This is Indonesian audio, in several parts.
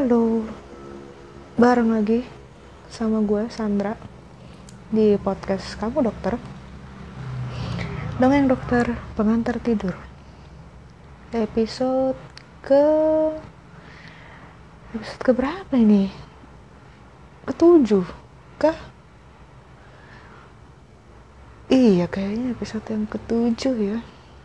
Halo, bareng lagi sama gue Sandra di podcast Kamu Dokter. Dongeng Dokter Pengantar Tidur. Episode ke berapa ini? Ke-7 kah? Iya, kayaknya episode yang ke-7 ya.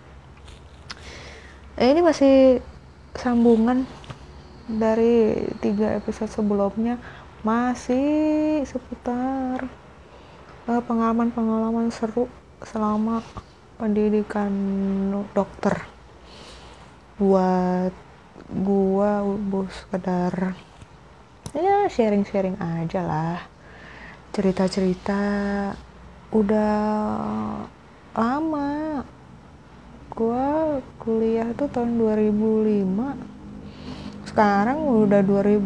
Ini masih sambungan dari 3 episode sebelumnya, masih seputar pengalaman-pengalaman seru selama pendidikan dokter. Buat gua sekedar ya sharing-sharing aja lah, cerita-cerita. Udah lama gua kuliah tuh tahun 2005, sekarang udah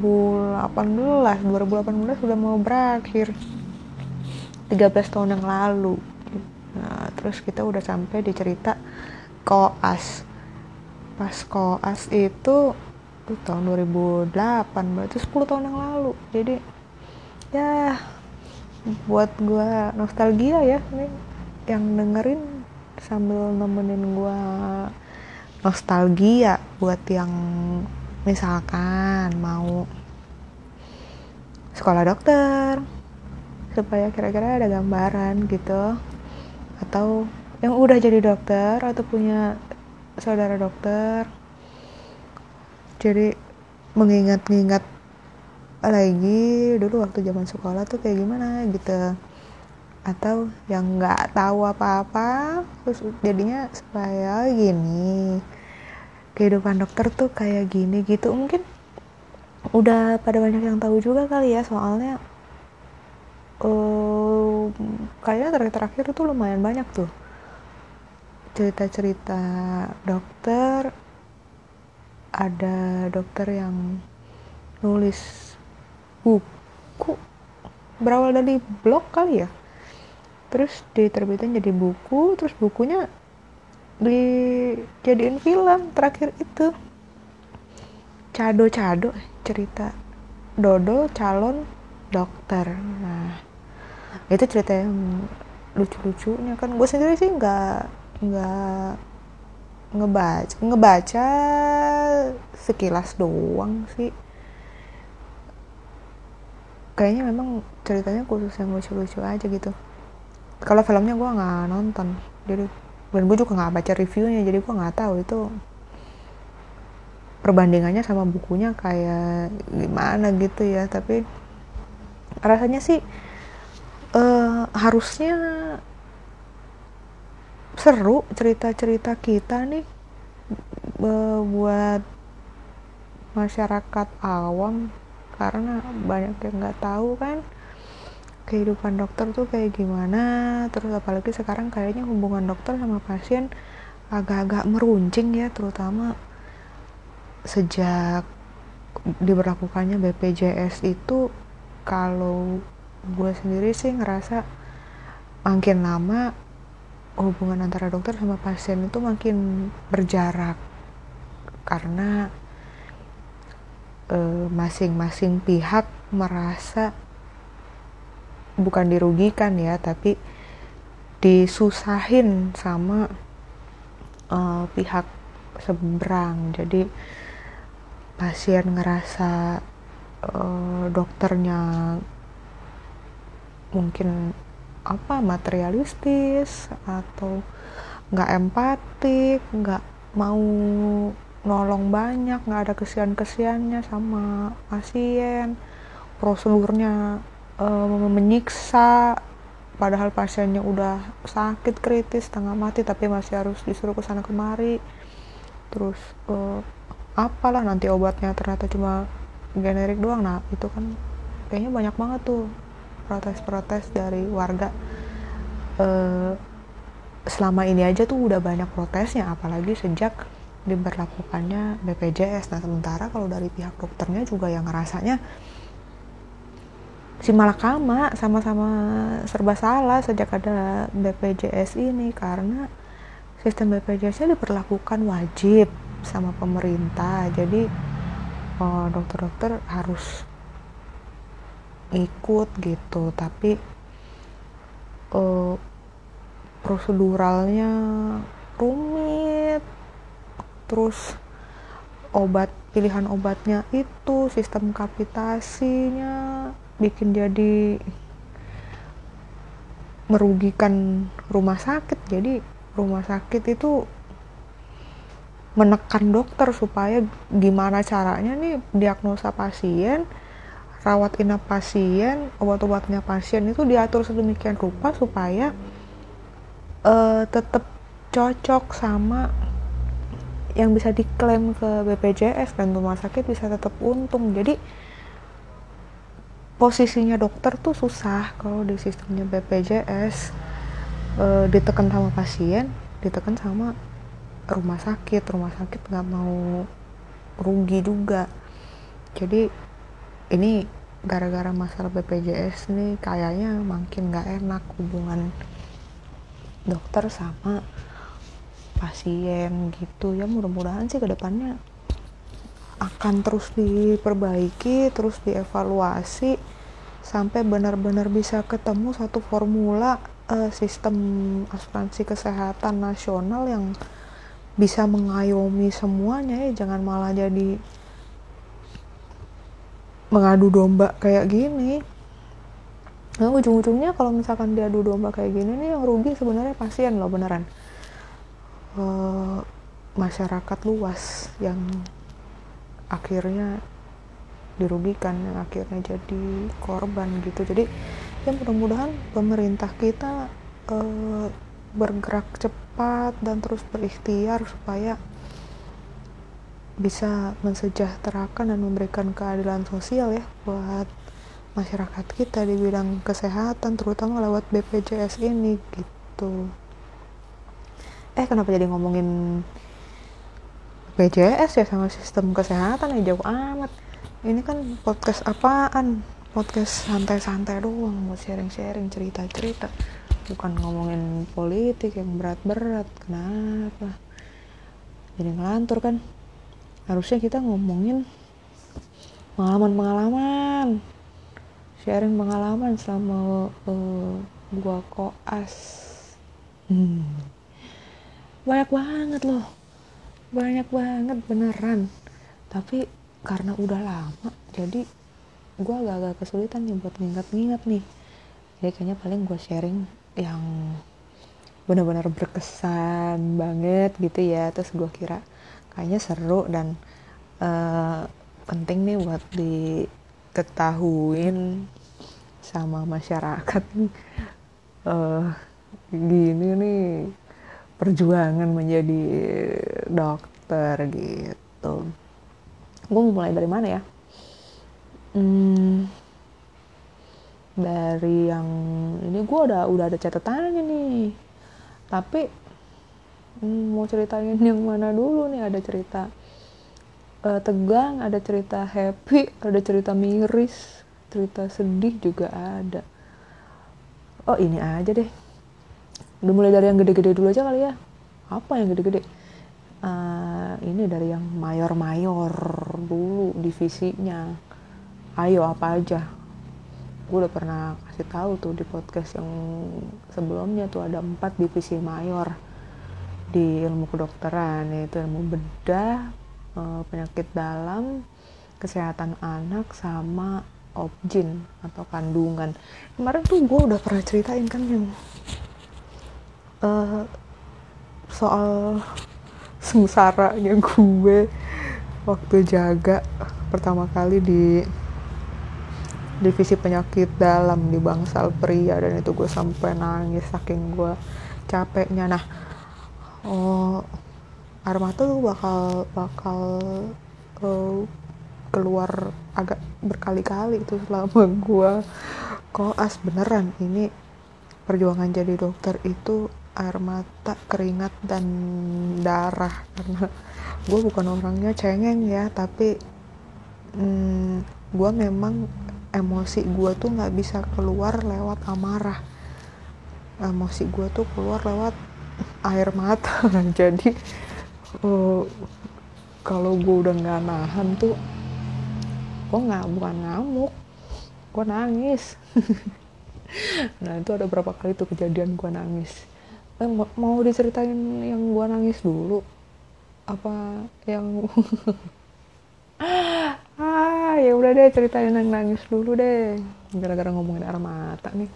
2018 udah mau berakhir, 13 tahun yang lalu. Nah, terus kita udah sampai di cerita koas. Pas koas itu tahun 2008, berarti 10 tahun yang lalu. Jadi ya buat gue nostalgia ya, nih yang dengerin sambil nemenin gue nostalgia. Buat yang misalkan mau sekolah dokter, supaya kira-kira ada gambaran gitu, atau yang udah jadi dokter atau punya saudara dokter, jadi mengingat-ingat lagi dulu waktu zaman sekolah tuh kayak gimana gitu, atau yang nggak tahu apa-apa terus jadinya supaya gini, kehidupan dokter tuh kayak gini gitu. Mungkin udah pada banyak yang tahu juga kali ya, soalnya kayaknya terakhir itu lumayan banyak tuh cerita-cerita dokter. Ada dokter yang nulis buku berawal dari blog kali ya, terus diterbitin jadi buku, terus bukunya dijadiin film. Terakhir itu Cado cerita Dodo calon dokter. Nah, itu cerita yang lucu-lucunya kan. Gue sendiri sih nggak ngebaca sekilas doang sih. Kayaknya memang ceritanya khusus yang lucu-lucu aja gitu. Kalau filmnya gue nggak nonton, jadi, dan gue juga nggak baca reviewnya, jadi gue nggak tahu itu perbandingannya sama bukunya kayak gimana gitu ya. Tapi rasanya sih harusnya seru cerita-cerita kita nih buat masyarakat awam, karena banyak yang nggak tahu kan kehidupan dokter tuh kayak gimana. Terus apalagi sekarang kayaknya hubungan dokter sama pasien agak-agak meruncing ya, terutama sejak diberlakukannya BPJS itu. Kalau gue sendiri sih ngerasa makin lama hubungan antara dokter sama pasien itu makin berjarak, karena masing-masing pihak merasa bukan dirugikan ya, tapi disusahin sama pihak seberang. Jadi pasien ngerasa dokternya mungkin materialistis, atau nggak empatik, nggak mau nolong banyak, nggak ada kesian-kesiannya sama pasien, prosedurnya menyiksa, padahal pasiennya udah sakit kritis setengah mati tapi masih harus disuruh kesana kemari. Terus apalah nanti obatnya ternyata cuma generik doang. Nah itu kan kayaknya banyak banget tuh protes-protes dari warga. Selama ini aja tuh udah banyak protesnya, apalagi sejak diberlakukannya BPJS. Nah sementara kalau dari pihak dokternya juga yang ngerasanya si malakama, sama-sama serba salah sejak ada BPJS ini, karena sistem BPJS-nya diperlakukan wajib sama pemerintah. Jadi dokter-dokter harus ikut gitu, tapi proseduralnya rumit, terus pilihan obatnya itu, sistem kapitasinya bikin jadi merugikan rumah sakit. Jadi rumah sakit itu menekan dokter supaya gimana caranya nih diagnosa pasien, rawat inap pasien, obat-obatnya pasien itu diatur sedemikian rupa supaya tetap cocok sama yang bisa diklaim ke BPJS dan rumah sakit bisa tetap untung. Jadi posisinya dokter tuh susah kalau di sistemnya BPJS, ditekan sama pasien, ditekan sama rumah sakit nggak mau rugi juga. Jadi ini gara-gara masalah BPJS nih kayaknya makin nggak enak hubungan dokter sama pasien gitu ya. Mudah-mudahan sih kedepannya akan terus diperbaiki, terus dievaluasi sampai benar-benar bisa ketemu satu formula sistem asuransi kesehatan nasional yang bisa mengayomi semuanya ya. Jangan malah jadi mengadu domba kayak gini. Nah, ujung-ujungnya kalau misalkan diadu domba kayak gini nih yang rugi sebenarnya pasien loh, beneran. Masyarakat luas yang akhirnya dirugikan, yang akhirnya jadi korban gitu. Jadi ya mudah-mudahan pemerintah kita bergerak cepat dan terus berikhtiar supaya bisa mensejahterakan dan memberikan keadilan sosial ya buat masyarakat kita di bidang kesehatan, terutama lewat BPJS ini gitu. Kenapa jadi ngomongin BPJS ya sama sistem kesehatan ya, jauh amat. Ini kan podcast apaan? Podcast santai-santai doang, mau sharing-sharing cerita-cerita, bukan ngomongin politik yang berat-berat. Kenapa jadi ngelantur kan? Harusnya kita ngomongin pengalaman-pengalaman, sharing pengalaman selama gua koas. Banyak banget loh, banyak banget beneran. Tapi karena udah lama jadi gue agak-agak kesulitan nih buat nginget-nginget nih. Jadi kayaknya paling gue sharing yang benar-benar berkesan banget gitu ya. Terus gue kira kayaknya seru dan penting nih buat diketahuin sama masyarakat nih. Gini nih perjuangan menjadi dokter gitu. Gue mau mulai dari mana ya? Dari yang ini gue udah ada catatannya nih. Tapi mau ceritain yang mana dulu nih? Ada cerita tegang, ada cerita happy, ada cerita miris, cerita sedih juga ada. Oh ini aja deh. Udah mulai dari yang gede-gede dulu aja kali ya. Apa yang gede-gede? Ini dari yang mayor-mayor dulu divisinya. Ayo apa aja. Gue udah pernah kasih tahu tuh di podcast yang sebelumnya tuh ada 4 divisi mayor di ilmu kedokteran, yaitu ilmu bedah, penyakit dalam, kesehatan anak, sama obgyn atau kandungan. Kemarin tuh gue udah pernah ceritain kan yang soal sengsaranya gue waktu jaga pertama kali di divisi penyakit dalam di Bangsal Pria, dan itu gue sampai nangis saking gue capeknya. Nah, air mata tuh bakal keluar agak berkali-kali itu selama gue koas. Beneran ini perjuangan jadi dokter itu air mata, keringat, dan darah. Karena gue bukan orangnya cengeng ya, tapi gue memang emosi gue tuh nggak bisa keluar lewat amarah. Emosi gue tuh keluar lewat air mata. Jadi kalau gue udah nggak nahan tuh gue bukan ngamuk, gue nangis. Nah itu ada berapa kali tuh kejadian gue nangis. Mau diceritain yang gue nangis dulu apa yang ya udah deh, ceritain yang nangis dulu deh, gara-gara ngomongin air mata nih.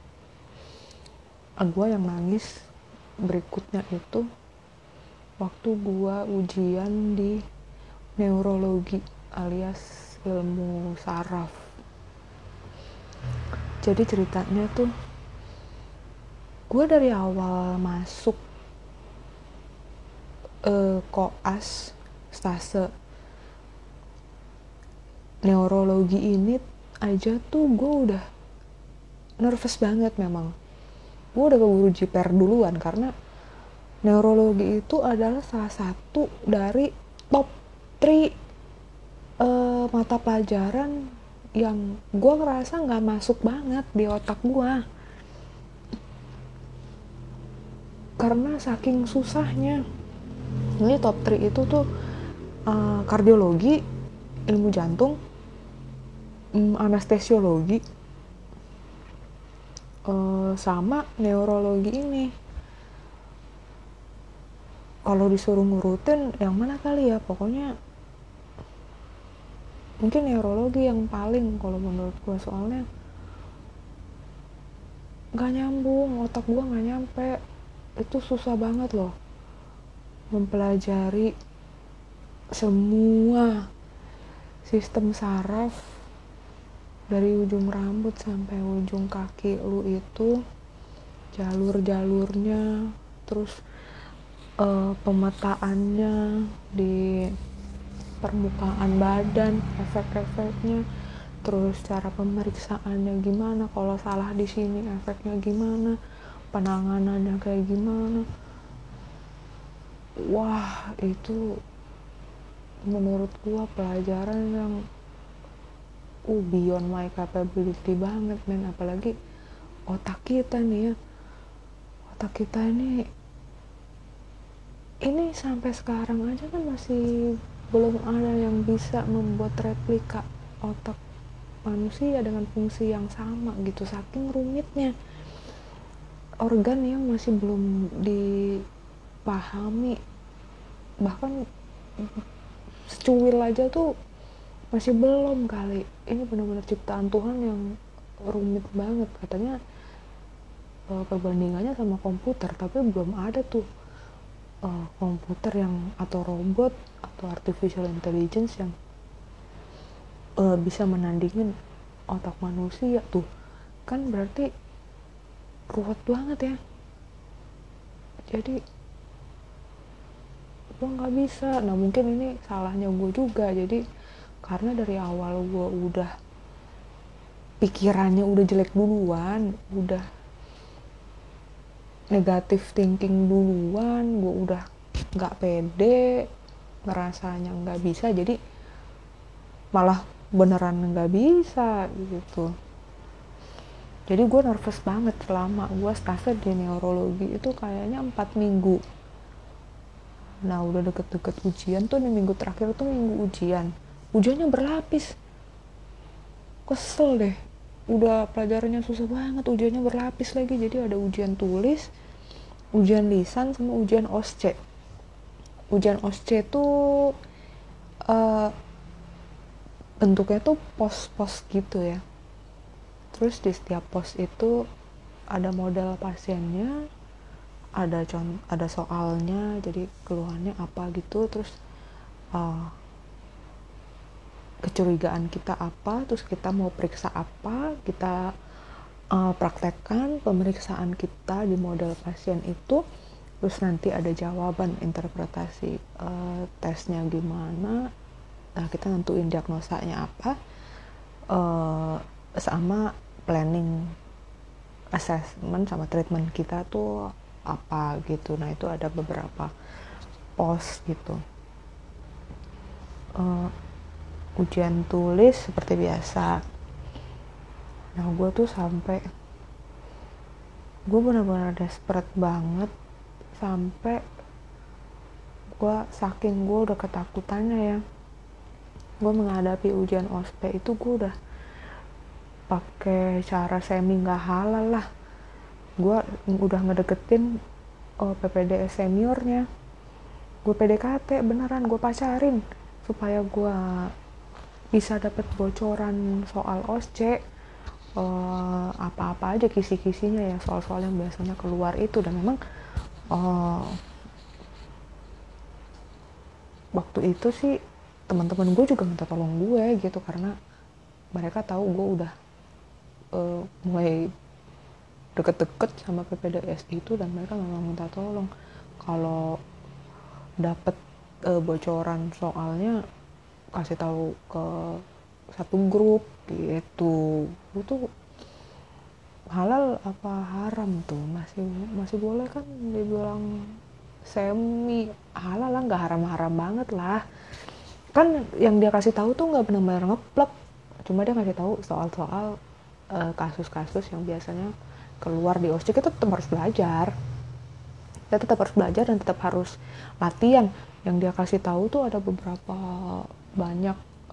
Gue yang nangis berikutnya itu waktu gue ujian di neurologi alias ilmu saraf. Jadi ceritanya tuh gue dari awal masuk koas stase neurologi ini aja tuh gue udah nervous banget. Memang gue udah keburu jiper duluan karena neurologi itu adalah salah satu dari top 3 mata pelajaran yang gue ngerasa gak masuk banget di otak gue karena saking susahnya. Ini top 3 itu tuh kardiologi, ilmu jantung, anestesiologi, sama neurologi ini. Kalau disuruh ngurutin yang mana kali ya, pokoknya mungkin neurologi yang paling kalau menurut gue, soalnya gak nyambung, otak gue gak nyampe. Itu susah banget loh mempelajari semua sistem saraf dari ujung rambut sampai ujung kaki lu itu, jalur-jalurnya, terus pemetaannya di permukaan badan, efek-efeknya, terus cara pemeriksaannya gimana, kalau salah di sini efeknya gimana, penanganannya kayak gimana. Wah, itu menurut gua pelajaran yang beyond my capability banget, men. Apalagi otak kita nih ya, otak kita ini sampai sekarang aja kan masih belum ada yang bisa membuat replika otak manusia dengan fungsi yang sama gitu, saking rumitnya. Organ yang masih belum dipahami, bahkan secuil aja tuh masih belum kali. Ini benar-benar ciptaan Tuhan yang rumit banget. Katanya perbandingannya sama komputer, tapi belum ada tuh komputer yang atau robot atau artificial intelligence yang bisa menandingin otak manusia tuh. Kan berarti ruwet banget ya. Jadi gue nggak bisa. Nah mungkin ini salahnya gue juga. Jadi karena dari awal gue udah pikirannya udah jelek duluan, udah negative thinking duluan, gue udah nggak pede, ngerasanya nggak bisa, jadi malah beneran nggak bisa gitu. Jadi gue nervous banget selama gue stase di neurologi itu kayaknya 4 minggu. Nah udah deket-deket ujian tuh, nih minggu terakhir tuh minggu ujian, ujiannya berlapis. Kesel deh, udah pelajarannya susah banget, ujiannya berlapis lagi. Jadi ada ujian tulis, ujian lisan, sama ujian OSCE. Ujian OSCE tuh bentuknya tuh pos-pos gitu ya. Terus di setiap pos itu ada model pasiennya, ada soalnya, jadi keluhannya apa gitu, terus kecurigaan kita apa, terus kita mau periksa apa, kita praktekkan pemeriksaan kita di model pasien itu, terus nanti ada jawaban interpretasi tesnya gimana. Nah kita nentuin diagnosanya apa, sama planning assessment sama treatment kita tuh apa gitu. Nah itu ada beberapa pos gitu. Ujian tulis seperti biasa. Nah gue tuh sampai gue benar-benar desperate banget, sampai gue saking gue udah ketakutannya ya, gue menghadapi ujian ospek itu gue udah pakai cara semi nggak halal lah. Gue udah ngedeketin PPDS seniornya, gue PDKT beneran, gue pacarin supaya gue bisa dapet bocoran soal OSCE, apa-apa aja kisi-kisinya ya, soal-soal yang biasanya keluar itu. Dan memang waktu itu sih teman-teman gue juga minta tolong gue gitu, karena mereka tahu gue udah mulai deket-deket sama PPDS itu, dan mereka memang minta tolong kalau dapet bocoran soalnya kasih tahu ke satu grup gitu. Itu halal apa haram tuh, masih boleh kan dibilang semi halal lah, nggak haram-haram banget lah kan. Yang dia kasih tahu tuh nggak benar-benar ngeplek, cuma dia kasih tahu soal-soal kasus-kasus yang biasanya keluar di OSCE. Kita tetap harus belajar, dan tetap harus latihan. Yang dia kasih tahu tuh ada beberapa banyak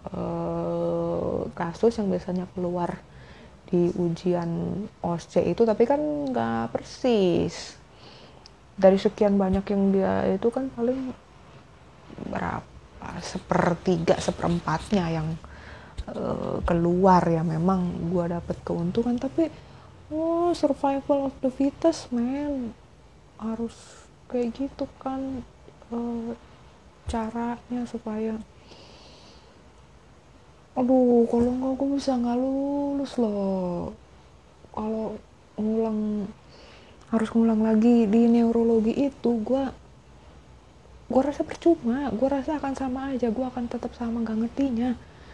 kasus yang biasanya keluar di ujian OSCE itu, tapi kan nggak persis. Dari sekian banyak yang dia itu kan paling berapa, sepertiga, seperempatnya yang keluar ya memang gue dapet keuntungan. Tapi survival of the fittest man, harus kayak gitu kan caranya supaya kalau nggak gue bisa nggak lulus loh. Kalau harus ngulang lagi di neurologi itu, gue rasa percuma, gue rasa akan sama aja, gue akan tetap sama nggak ngertinya.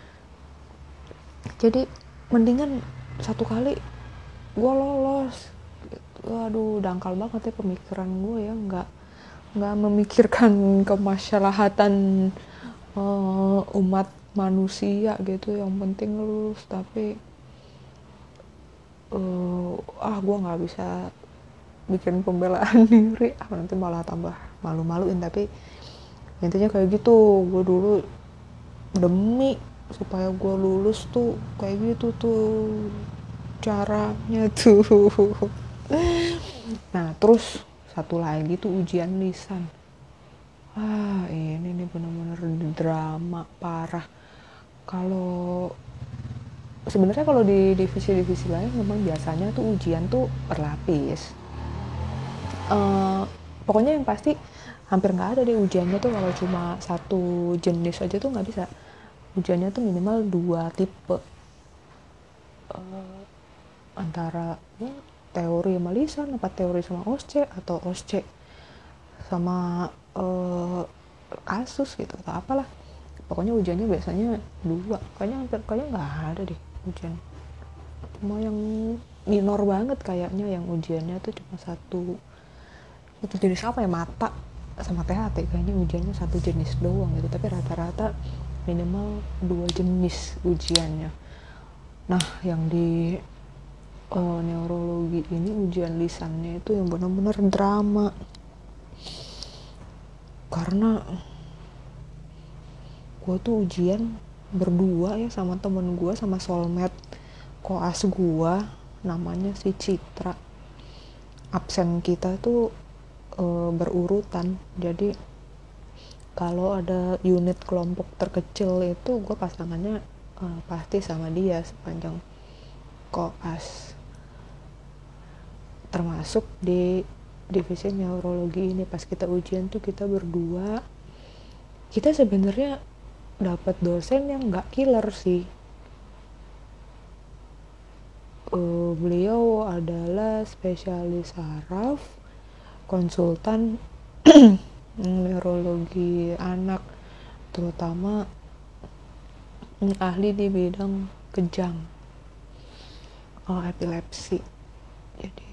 Jadi mendingan satu kali gue lolos. Aduh, dangkal banget ya pemikiran gue ya, nggak memikirkan kemaslahatan umat manusia gitu. Yang penting lulus. Tapi gue nggak bisa bikin pembelaan diri, nanti malah tambah malu-maluin. Tapi intinya kayak gitu. Gue dulu demi supaya gue lulus tuh kayak gitu tuh caranya tuh. Nah terus satu lagi tuh ujian lisan. Ini nih bener-bener drama parah. Sebenarnya kalau di divisi-divisi lain memang biasanya tuh ujian tuh berlapis. Pokoknya yang pasti hampir nggak ada deh ujiannya tuh kalau cuma satu jenis aja tuh nggak bisa. Ujiannya tuh minimal 2 tipe, antara teori sama lisan, apa teori sama OSCE, atau OSCE sama kasus gitu atau apalah. Pokoknya ujiannya biasanya 2. Kayaknya nggak ada deh ujian, cuma yang minor banget kayaknya yang ujiannya tuh cuma satu. Itu jenis apa ya, mata sama THT, kayaknya ujiannya satu jenis doang gitu. Tapi rata-rata minimal 2 jenis ujiannya. Nah yang di neurologi ini ujian lisannya itu yang benar-benar drama, karena gue tuh ujian berdua ya sama temen gue, sama soulmate koas gue, namanya si Citra. Absen kita tuh berurutan, jadi kalau ada unit kelompok terkecil itu gue pasangannya pasti sama dia sepanjang koas. Termasuk di divisi neurologi ini, pas kita ujian tuh kita berdua. Kita sebenarnya dapat dosen yang nggak killer sih. Beliau adalah spesialis saraf, konsultan neurologi anak, terutama ahli di bidang kejang, epilepsi. Jadi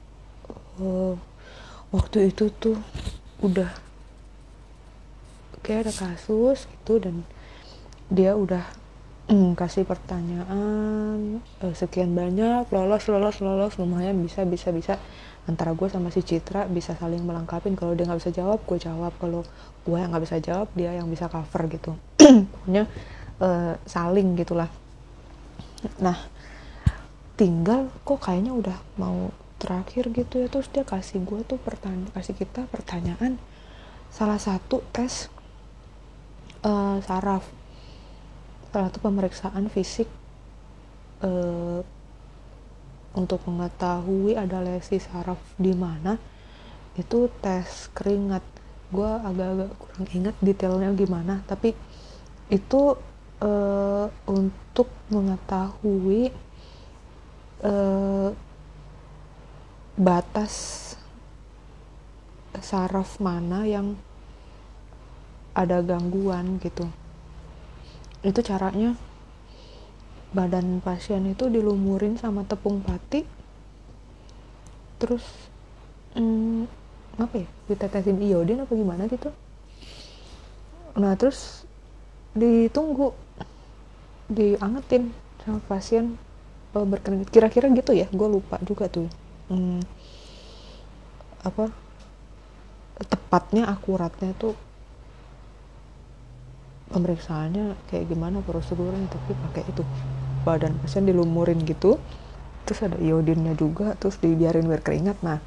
waktu itu tuh udah kayak ada kasus gitu, dan dia udah kasih pertanyaan sekian banyak, lolos lumayan, bisa antara gue sama si Citra bisa saling melengkapi. Kalau dia nggak bisa jawab, gue jawab. Kalau gue yang nggak bisa jawab, dia yang bisa cover gitu. Pokoknya saling gitulah. Nah tinggal kok kayaknya udah mau terakhir gitu ya, terus dia kasih kita pertanyaan salah satu tes saraf, salah satu pemeriksaan fisik untuk mengetahui ada lesi saraf di mana. Itu tes keringat. Gue agak-agak kurang ingat detailnya gimana, tapi itu untuk mengetahui batas saraf mana yang ada gangguan gitu. Itu caranya badan pasien itu dilumurin sama tepung pati, terus ditetesin iodin apa gimana gitu. Nah terus ditunggu, diangetin sama pasien berkeringat, kira-kira gitu ya, gue lupa juga tuh tepatnya akuratnya tuh pemeriksaannya kayak gimana prosedurnya, tapi pakai itu badan pasien dilumurin gitu, terus ada iodinnya juga, terus dibiarin berkeringat. Nah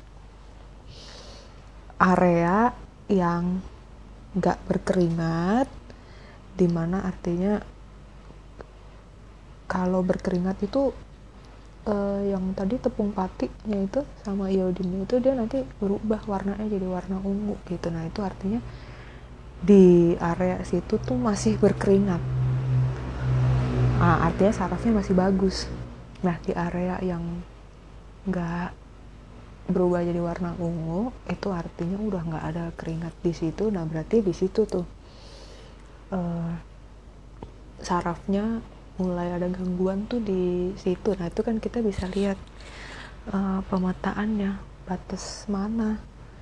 area yang nggak berkeringat, dimana artinya kalau berkeringat itu yang tadi tepung patinya itu sama iodinnya itu dia nanti berubah warnanya jadi warna ungu gitu. Nah itu artinya di area situ tuh masih berkeringat, artinya sarafnya masih bagus. Nah di area yang nggak berubah jadi warna ungu itu artinya udah nggak ada keringat di situ. Nah berarti di situ tuh sarafnya mulai ada gangguan tuh di situ. Nah itu kan kita bisa lihat pemetaannya, batas mana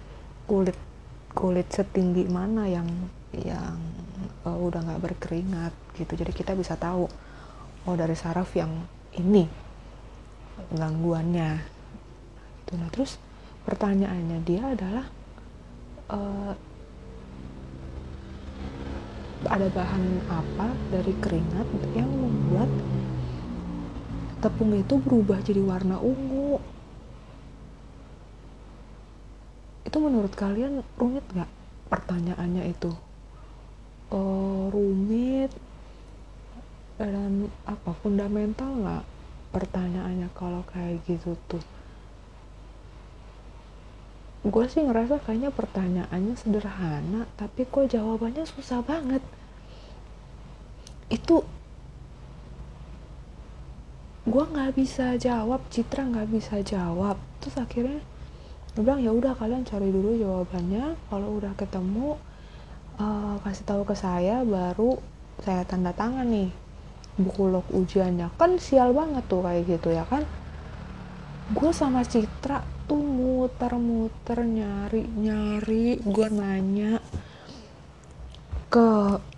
kulit setinggi mana yang udah nggak berkeringat gitu. Jadi kita bisa tahu dari saraf yang ini gangguannya gitu. Nah terus pertanyaannya dia adalah ada bahan apa dari keringat yang membuat tepung itu berubah jadi warna ungu. Itu menurut kalian rumit gak pertanyaannya itu? Rumit dan fundamental gak pertanyaannya kalau kayak gitu tuh? Gue sih ngerasa kayaknya pertanyaannya sederhana, tapi kok jawabannya susah banget. Itu gue nggak bisa jawab, Citra nggak bisa jawab. Terus akhirnya gue bilang ya udah kalian cari dulu jawabannya, kalau udah ketemu kasih tahu ke saya, baru saya tanda tangan nih buku log ujiannya. Kan sial banget tuh kayak gitu ya kan. Gue sama Citra tuh muter-muter nyari, gue nanya ke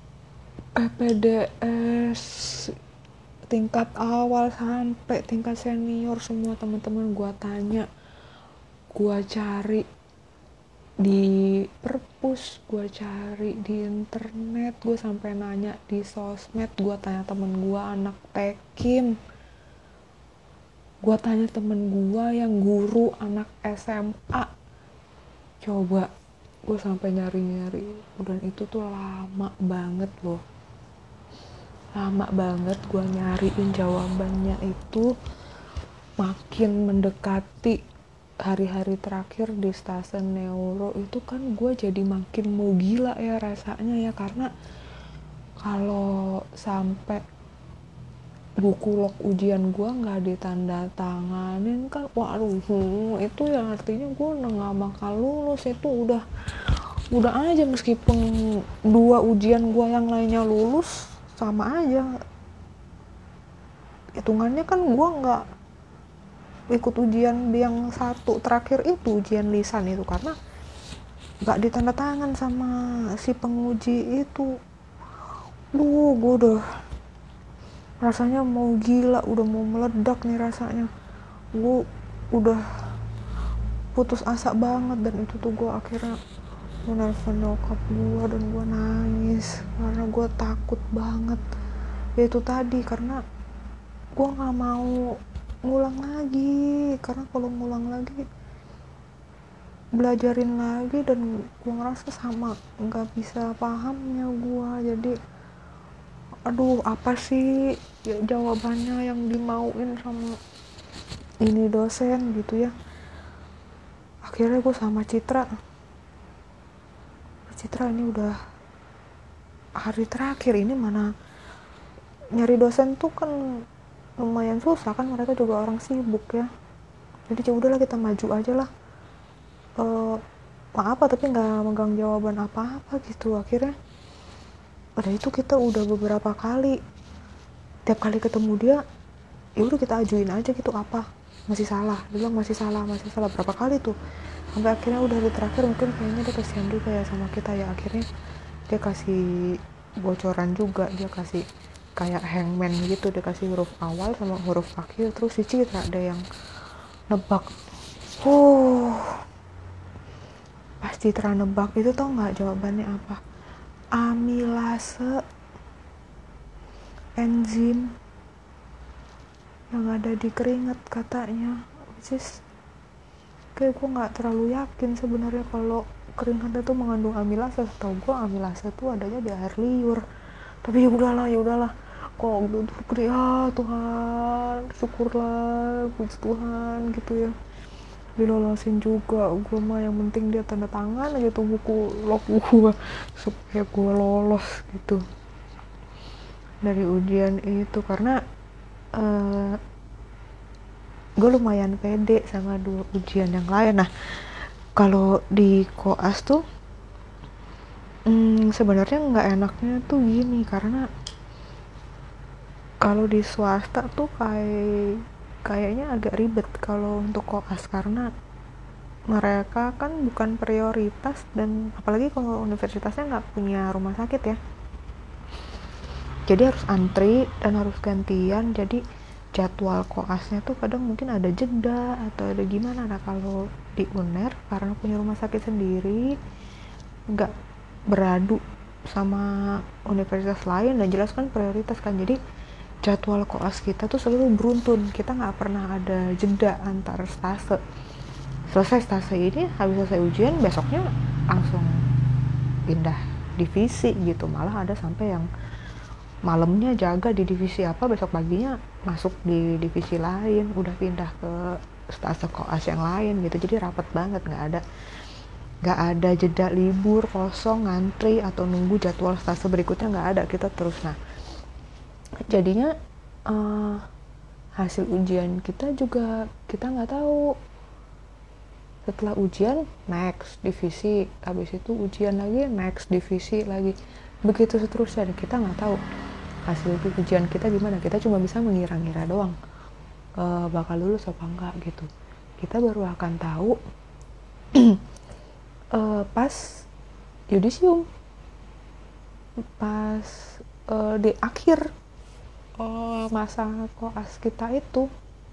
PPDS tingkat awal sampai tingkat senior, semua teman-teman gue tanya, gue cari di perpus, gue cari di internet, gue sampai nanya di sosmed, gue tanya temen gue anak tekim, gue tanya temen gue yang guru anak SMA. Coba gue sampai nyari-nyari, dan itu tuh lama banget loh, lama banget gue nyariin jawabannya. Itu makin mendekati hari-hari terakhir di stasiun neuro itu kan gue jadi makin mau gila ya rasanya ya, karena kalau sampai buku log ujian gue nggak ditanda tanganin kan, waduh itu ya artinya gue nggak bakal lulus. Itu udah aja, meskipun 2 ujian gue yang lainnya lulus sama aja hitungannya kan. Gue nggak ikut ujian yang 1 terakhir itu, ujian lisan itu, karena nggak ditanda tangan sama si penguji itu. Gue udah rasanya mau gila, udah mau meledak nih rasanya. Gue udah putus asa banget, dan itu tuh gue akhirnya nelfon nyokap gue dan gue nangis karena gue takut banget ya itu tadi, karena gue nggak mau ngulang lagi, karena kalau ngulang lagi belajarin lagi dan gue ngerasa sama nggak bisa pahamnya gue. Jadi aduh, apa sih ya jawabannya yang dimauin sama ini dosen gitu ya. Akhirnya gue sama Citra ini udah hari terakhir ini, mana nyari dosen tuh kan lumayan susah kan, mereka juga orang sibuk ya. Jadi ya udahlah, kita maju aja lah, apa tapi nggak megang jawaban apa-apa gitu. Akhirnya pada itu kita udah beberapa kali, tiap kali ketemu dia ya udah kita ajuin aja gitu, apa masih salah, dia bilang masih salah berapa kali tuh, sampai akhirnya udah di terakhir mungkin kayaknya dia kasihan juga ya sama kita ya. Akhirnya dia kasih bocoran juga, dia kasih kayak hangman gitu, dia kasih huruf awal sama huruf akhir, terus si Citra ada yang nebak. Pas Citra nebak itu, tau nggak jawabannya apa? Amilase, enzim yang ada di keringat katanya. Which is kayak gue nggak terlalu yakin sebenarnya kalau keringat itu mengandung amilase. Setahu gue amilase itu adanya di air liur, tapi ya udahlah kok gitu ya, Tuhan syukurlah, puji Tuhan gitu ya, dilolosin juga gue mah. Yang penting dia tanda tangan aja tuh buku log gue supaya gue lolos gitu dari ujian itu. Karena gue lumayan pede sama 2 ujian yang lain. Nah, kalau di koas tuh sebenarnya nggak enaknya tuh gini, karena kalau di swasta tuh kayaknya agak ribet kalau untuk koas, karena mereka kan bukan prioritas, dan apalagi kalau universitasnya nggak punya rumah sakit ya, jadi harus antri dan harus gantian. Jadi jadwal koasnya tuh kadang mungkin ada jeda atau ada gimana. Nah, kalau di UNER karena punya rumah sakit sendiri, nggak beradu sama universitas lain, dan jelas kan prioritas kan, jadi jadwal koas kita tuh selalu beruntun, kita nggak pernah ada jeda antar stase. Selesai stase ini, habis selesai ujian, besoknya langsung pindah divisi gitu. Malah ada sampai yang malamnya jaga di divisi apa, besok paginya masuk di divisi lain, udah pindah ke stase koas yang lain gitu. Jadi rapat banget, nggak ada jeda libur kosong ngantri atau nunggu jadwal stase berikutnya, nggak ada, kita terus. Nah, jadinya hasil ujian kita juga kita nggak tahu. Setelah ujian next divisi, habis itu ujian lagi next divisi lagi, begitu seterusnya, dan kita nggak tahu hasil ujian kita gimana. Kita cuma bisa mengira-ngira doang bakal lulus apa enggak gitu. Kita baru akan tahu pas yudisium, pas di akhir masa koas kita itu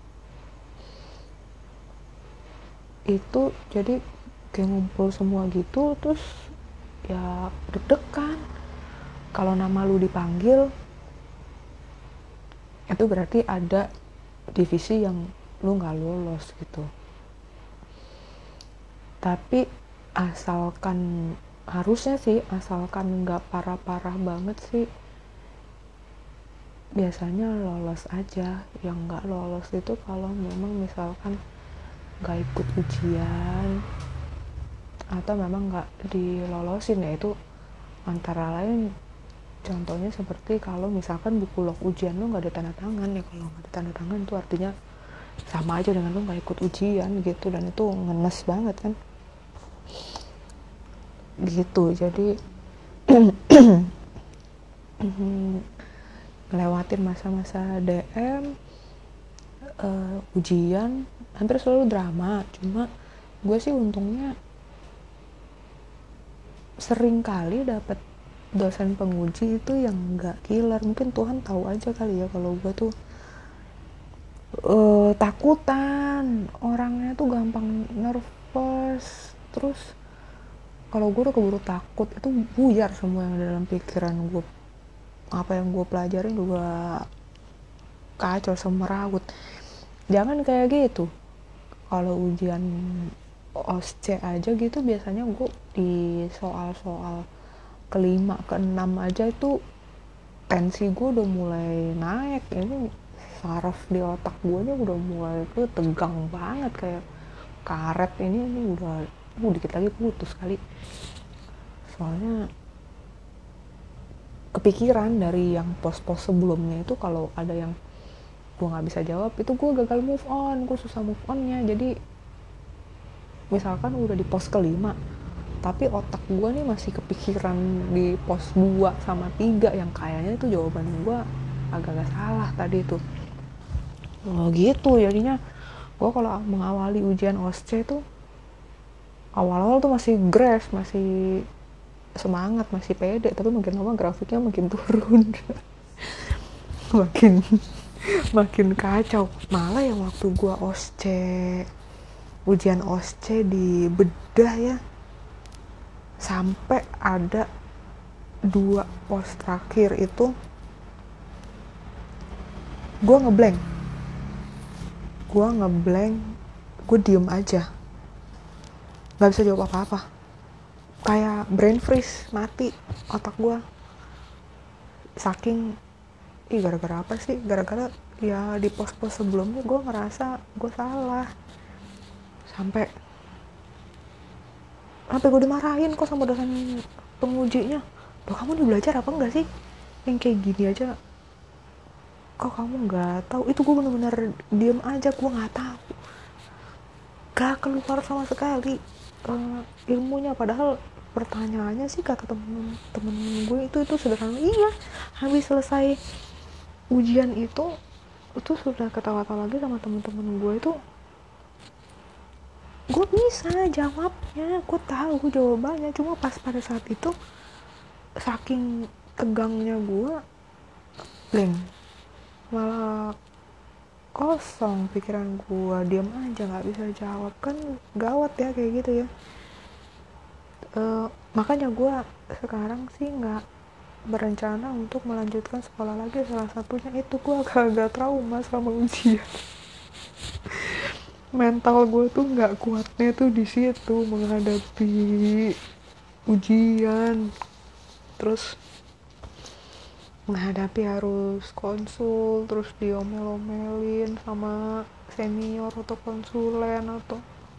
jadi kayak ngumpul semua gitu. Terus ya deg-degan, kalau nama lu dipanggil itu berarti ada divisi yang lu nggak lolos gitu. Tapi asalkan nggak parah-parah banget sih, biasanya lolos aja. Yang nggak lolos itu kalau memang misalkan nggak ikut ujian atau memang nggak dilolosin, yaitu antara lain contohnya seperti kalau misalkan buku log ujian lu nggak ditanda tangan ya. Kalau nggak ditanda tangan itu artinya sama aja dengan lu nggak ikut ujian gitu, dan itu ngenes banget kan gitu. Jadi ngelewatin masa-masa DM, ujian hampir selalu drama. Cuma gue sih untungnya sering kali dapet dosen penguji itu yang nggak killer. Mungkin Tuhan tahu aja kali ya kalau gue tuh takutan, orangnya tuh gampang nervous. Terus kalau gue udah keburu takut, itu buyar semua yang ada dalam pikiran gue. apa yang gue pelajarin juga kacau semerawut. Jangan kayak gitu, kalau ujian OSCE aja gitu biasanya gue di soal-soal kelima keenam aja itu tensi gue udah mulai naik. Ini saraf di otak gue nya udah mulai tegang banget kayak karet. Ini udah dikit lagi putus kali, soalnya kepikiran dari yang pos-pos sebelumnya itu kalau ada yang gue nggak bisa jawab itu gue gagal move on, gue susah move onnya. Jadi misalkan udah di pos kelima tapi otak gue nih masih kepikiran di pos 2 sama 3 yang kayaknya itu jawaban gue agak-agak salah tadi tuh. Gitu jadinya gue kalau mengawali ujian OSCE tuh awal-awal tuh masih grace, masih semangat, masih pede, tapi makin lama grafiknya makin turun. makin kacau. Malah yang waktu gue ujian OSCE di bedah ya, sampai ada 2 pos terakhir itu gue ngeblank, gue diem aja, nggak bisa jawab apa-apa, kayak brain freeze, mati otak gue. Saking gara-gara apa sih, gara-gara ya di pos-pos sebelumnya gue ngerasa gue salah, sampai gue dimarahin kok sama dosen pengujinya. Loh, kamu udah belajar apa enggak sih yang kayak gini aja kok kamu nggak tahu? Itu gue bener-bener diem aja, gue nggak tahu, gak keluar sama sekali ilmunya. Padahal pertanyaannya sih kata temen gue itu sederhana. Iya, habis selesai ujian itu sudah ketawa-tawa lagi sama temen-temen gue itu, gue bisa jawabnya, gue tahu jawabannya. Cuma pas pada saat itu saking tegangnya gue blank, malah kosong pikiran gue, diam aja nggak bisa jawab. Kan gawat ya kayak gitu ya. Makanya gue sekarang sih nggak berencana untuk melanjutkan sekolah lagi. Salah satunya itu gue agak trauma sama ujian. Mental gue tuh nggak kuatnya tuh di situ menghadapi ujian, terus menghadapi harus konsul, terus diomel-omelin sama senior atau konsulen atau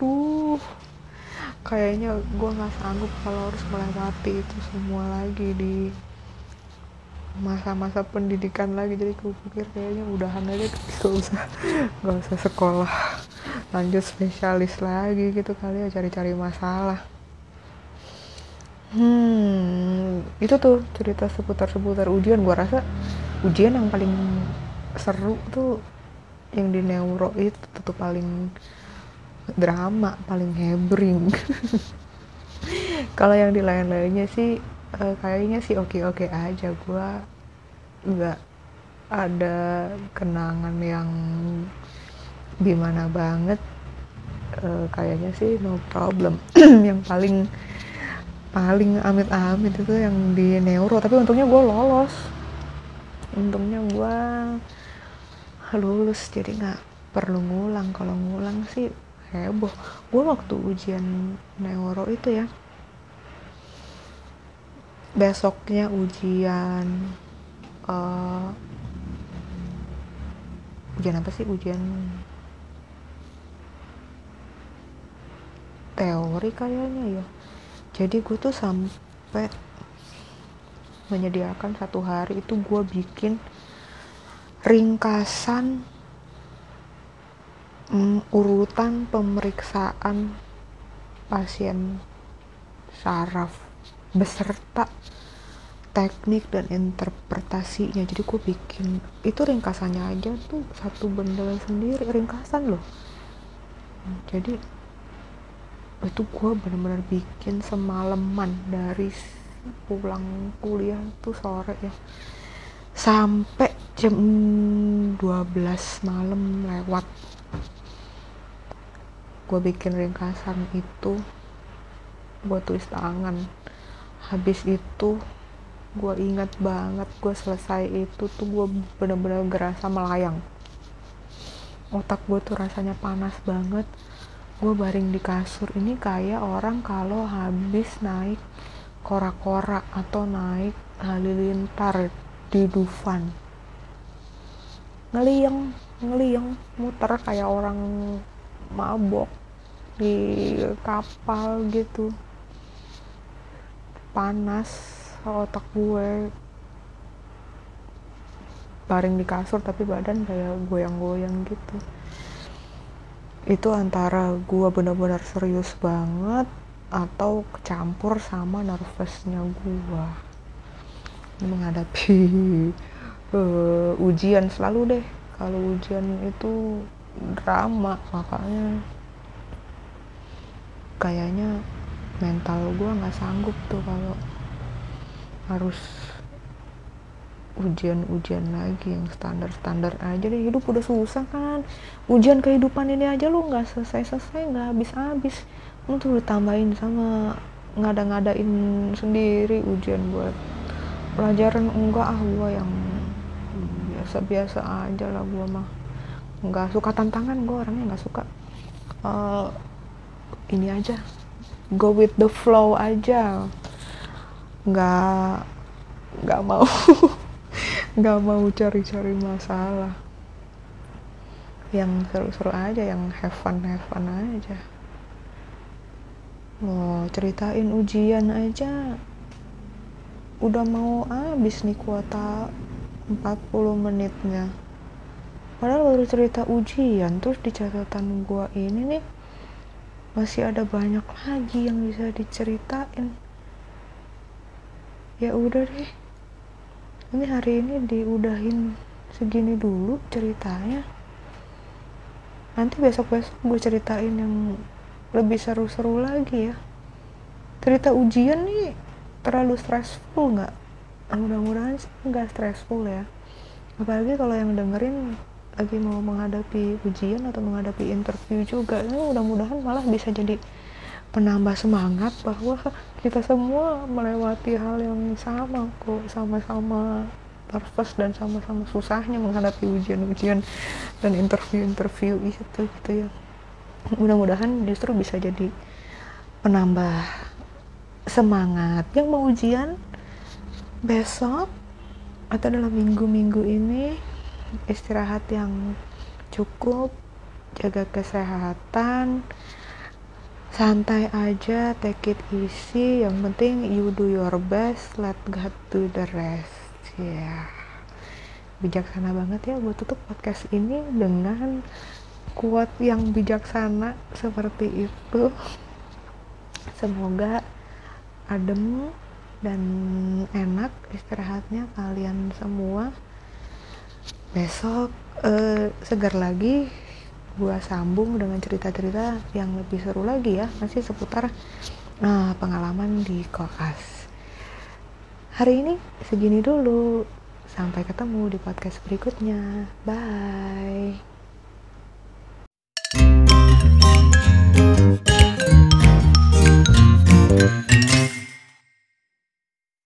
kayaknya gue nggak sanggup kalau harus melewati itu semua lagi di masa-masa pendidikan lagi. Jadi gue pikir kayaknya udahan aja, gak usah sekolah lanjut spesialis lagi gitu kali ya, cari-cari masalah. Itu tuh cerita seputar ujian. Gue rasa ujian yang paling seru tuh yang di neuro itu tuh paling drama, paling hebring. Kalau yang di lain-lainnya sih kayaknya sih oke-oke aja. Gue nggak ada kenangan yang gimana banget. Kayaknya sih no problem. Yang paling amit-amit itu yang di neuro, tapi untungnya gue lolos, untungnya gue lulus, jadi nggak perlu ngulang. Kalau ngulang sih heboh. Gue waktu ujian neuro itu ya, besoknya ujian apa sih, ujian teori kayaknya ya. Jadi gue tuh sampai menyediakan 1 hari itu gue bikin ringkasan urutan pemeriksaan pasien saraf beserta teknik dan interpretasinya. Jadi gue bikin itu ringkasannya aja tuh 1 bendel sendiri, ringkasan loh. Jadi itu gue benar-benar bikin semalaman, dari pulang kuliah tuh sore ya sampai jam 12 malam lewat, gue bikin ringkasan itu, gue tulis tangan. Habis itu gue ingat banget, gue selesai itu tuh gue bener-bener gerasa melayang. Otak gue tuh rasanya panas banget. Gue baring di kasur ini kayak orang kalau habis naik kora-kora atau naik halilintar di Dufan. Ngeliang muter kayak orang mabok di kapal gitu. Panas otak gue, baring di kasur tapi badan kayak goyang-goyang gitu. Itu antara gue benar-benar serius banget atau kecampur sama nervousnya gue menghadapi ujian. Selalu deh kalau ujian itu drama, makanya kayaknya mental gue nggak sanggup tuh kalau harus ujian lagi yang standar aja deh. Hidup udah susah kan, ujian kehidupan ini aja lu nggak selesai, nggak habis lu tuh ditambahin sama ngada-ngadain sendiri ujian buat pelajaran. Enggak gue yang biasa-biasa aja lah. Gue mah nggak suka tantangan, gue orangnya nggak suka ini aja, go with the flow aja, nggak mau nggak mau cari-cari masalah. Yang seru-seru aja, yang have fun aja. Ceritain ujian aja udah mau habis nih kuota 40 menitnya, padahal baru cerita ujian. Terus di catatan gua ini nih masih ada banyak lagi yang bisa diceritain. Ya udah deh, ini hari ini diudahin segini dulu ceritanya. Nanti besok-besok gue ceritain yang lebih seru-seru lagi ya. Cerita ujian nih terlalu stressful nggak? Mudah-mudahan sih nggak stressful ya. Apalagi kalau yang dengerin lagi mau menghadapi ujian atau menghadapi interview juga, mudah-mudahan malah bisa jadi penambah semangat bahwa kita semua melewati hal yang sama kok, sama-sama nervous dan sama-sama susahnya menghadapi ujian-ujian dan interview itu gitu ya. Mudah-mudahan justru bisa jadi penambah semangat yang mau ujian besok atau dalam minggu-minggu ini. Istirahat yang cukup, jaga kesehatan, santai aja, take it easy. Yang penting you do your best, let God do the rest. Ya, bijaksana banget ya. Gue tutup podcast ini dengan quote yang bijaksana seperti itu. Semoga adem dan enak istirahatnya kalian semua. Besok segar lagi gua sambung dengan cerita-cerita yang lebih seru lagi ya, masih seputar pengalaman di koas. Hari ini segini dulu, sampai ketemu di podcast berikutnya. Bye.